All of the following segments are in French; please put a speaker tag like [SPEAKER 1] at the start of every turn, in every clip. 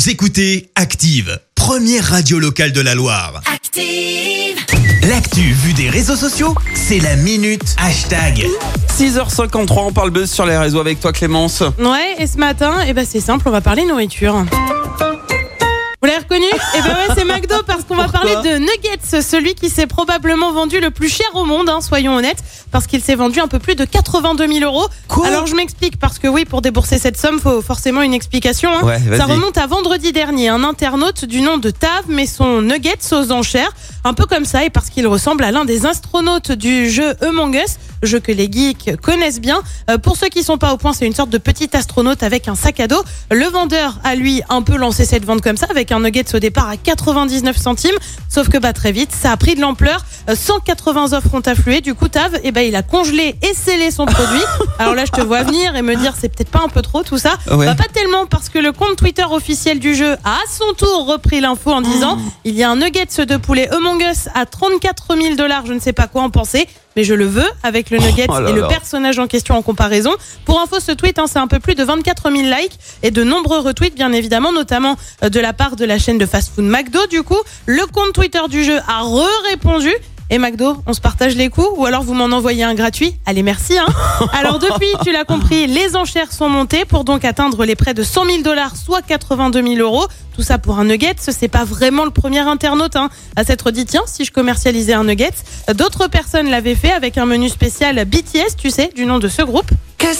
[SPEAKER 1] Vous écoutez Active, première radio locale de la Loire.
[SPEAKER 2] Active.
[SPEAKER 1] L'actu vue des réseaux sociaux, c'est la minute hashtag.
[SPEAKER 3] 6h53, on parle buzz sur les réseaux avec toi Clémence.
[SPEAKER 4] Ouais, et ce matin, c'est simple, on va parler nourriture. Vous l'avez reconnu ? C'est McDo parce qu'on va parler de Nuggets, celui qui s'est probablement vendu le plus cher au monde, soyons honnêtes, parce qu'il s'est vendu un peu plus de 82 000 euros.
[SPEAKER 3] Quoi ?
[SPEAKER 4] Alors je m'explique, parce que oui, pour débourser cette somme, faut forcément une explication.
[SPEAKER 3] Ouais, vas-y.
[SPEAKER 4] Ça remonte à vendredi dernier. Un internaute du nom de Tav met son Nuggets aux enchères, un peu comme ça, et parce qu'il ressemble à l'un des astronautes du jeu Among Us, jeu que les geeks connaissent bien. Pour ceux qui sont pas au point, c'est une sorte de petit astronaute avec un sac à dos. Le vendeur a lui un peu lancé cette vente comme ça, avec un Nuggets au départ à 99 centimes, sauf que très vite ça a pris de l'ampleur, 180 offres ont afflué, du coup Tav il a congelé et scellé son produit. Alors là je te vois venir et me dire c'est peut-être pas un peu trop tout ça.
[SPEAKER 3] Ouais.
[SPEAKER 4] Pas tellement, parce que le compte Twitter officiel du jeu a à son tour repris l'info en disant il y a un Nuggets de poulet Among Us à 34 000 $, je ne sais pas quoi en penser, mais je le veux, avec le Nuggets et le personnage en question en comparaison. Pour info, ce tweet, c'est un peu plus de 24 000 likes et de nombreux retweets, bien évidemment, notamment de la part de la chaîne de fast-food McDo. Du coup, le compte Twitter du jeu a répondu. Et McDo, on se partage les coups, ou alors vous m'en envoyez un gratuit. Allez, merci. Alors depuis, tu l'as compris, les enchères sont montées pour donc atteindre les près de 100 000 $, soit 82 000 euros. Tout ça pour un Nuggets, c'est pas vraiment le premier internaute à s'être dit tiens, si je commercialisais un Nuggets. D'autres personnes l'avaient fait avec un menu spécial BTS, tu sais, du nom de ce groupe.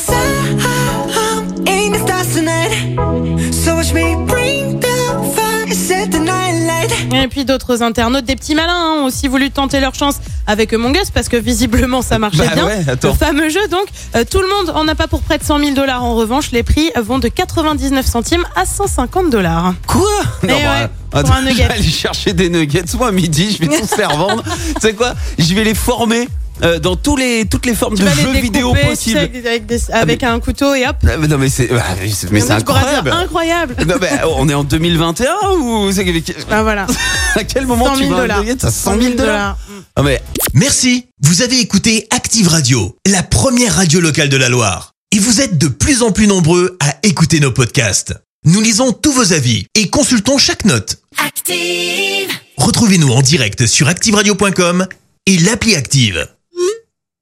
[SPEAKER 4] Et puis d'autres internautes, des petits malins, ont aussi voulu tenter leur chance avec Among Us, parce que visiblement ça marchait bien.
[SPEAKER 3] Ouais,
[SPEAKER 4] le fameux jeu, donc tout le monde en a pas pour près de 100 000 $. En revanche, les prix vont de 99 centimes à 150 $.
[SPEAKER 3] Quoi ? Non,
[SPEAKER 4] pour un
[SPEAKER 3] je
[SPEAKER 4] nugget.
[SPEAKER 3] vais aller chercher des nuggets, moi à midi, je vais tous les revendre. Tu sais quoi ? Je vais les former dans toutes les formes de jeux vidéo possibles.
[SPEAKER 4] Avec un couteau et hop.
[SPEAKER 3] Non mais c'est incroyable.
[SPEAKER 4] Incroyable.
[SPEAKER 3] Non, on est en 2021 ou c'est
[SPEAKER 4] voilà.
[SPEAKER 3] à quel moment
[SPEAKER 4] 100 000
[SPEAKER 3] tu vas
[SPEAKER 4] $.
[SPEAKER 3] un nugget à 100 000 $? Ah mais
[SPEAKER 1] Merci, vous avez écouté Active Radio, la première radio locale de la Loire. Et vous êtes de plus en plus nombreux à écouter nos podcasts. Nous lisons tous vos avis et consultons chaque note.
[SPEAKER 2] Active.
[SPEAKER 1] Retrouvez-nous en direct sur activeradio.com et l'appli Active.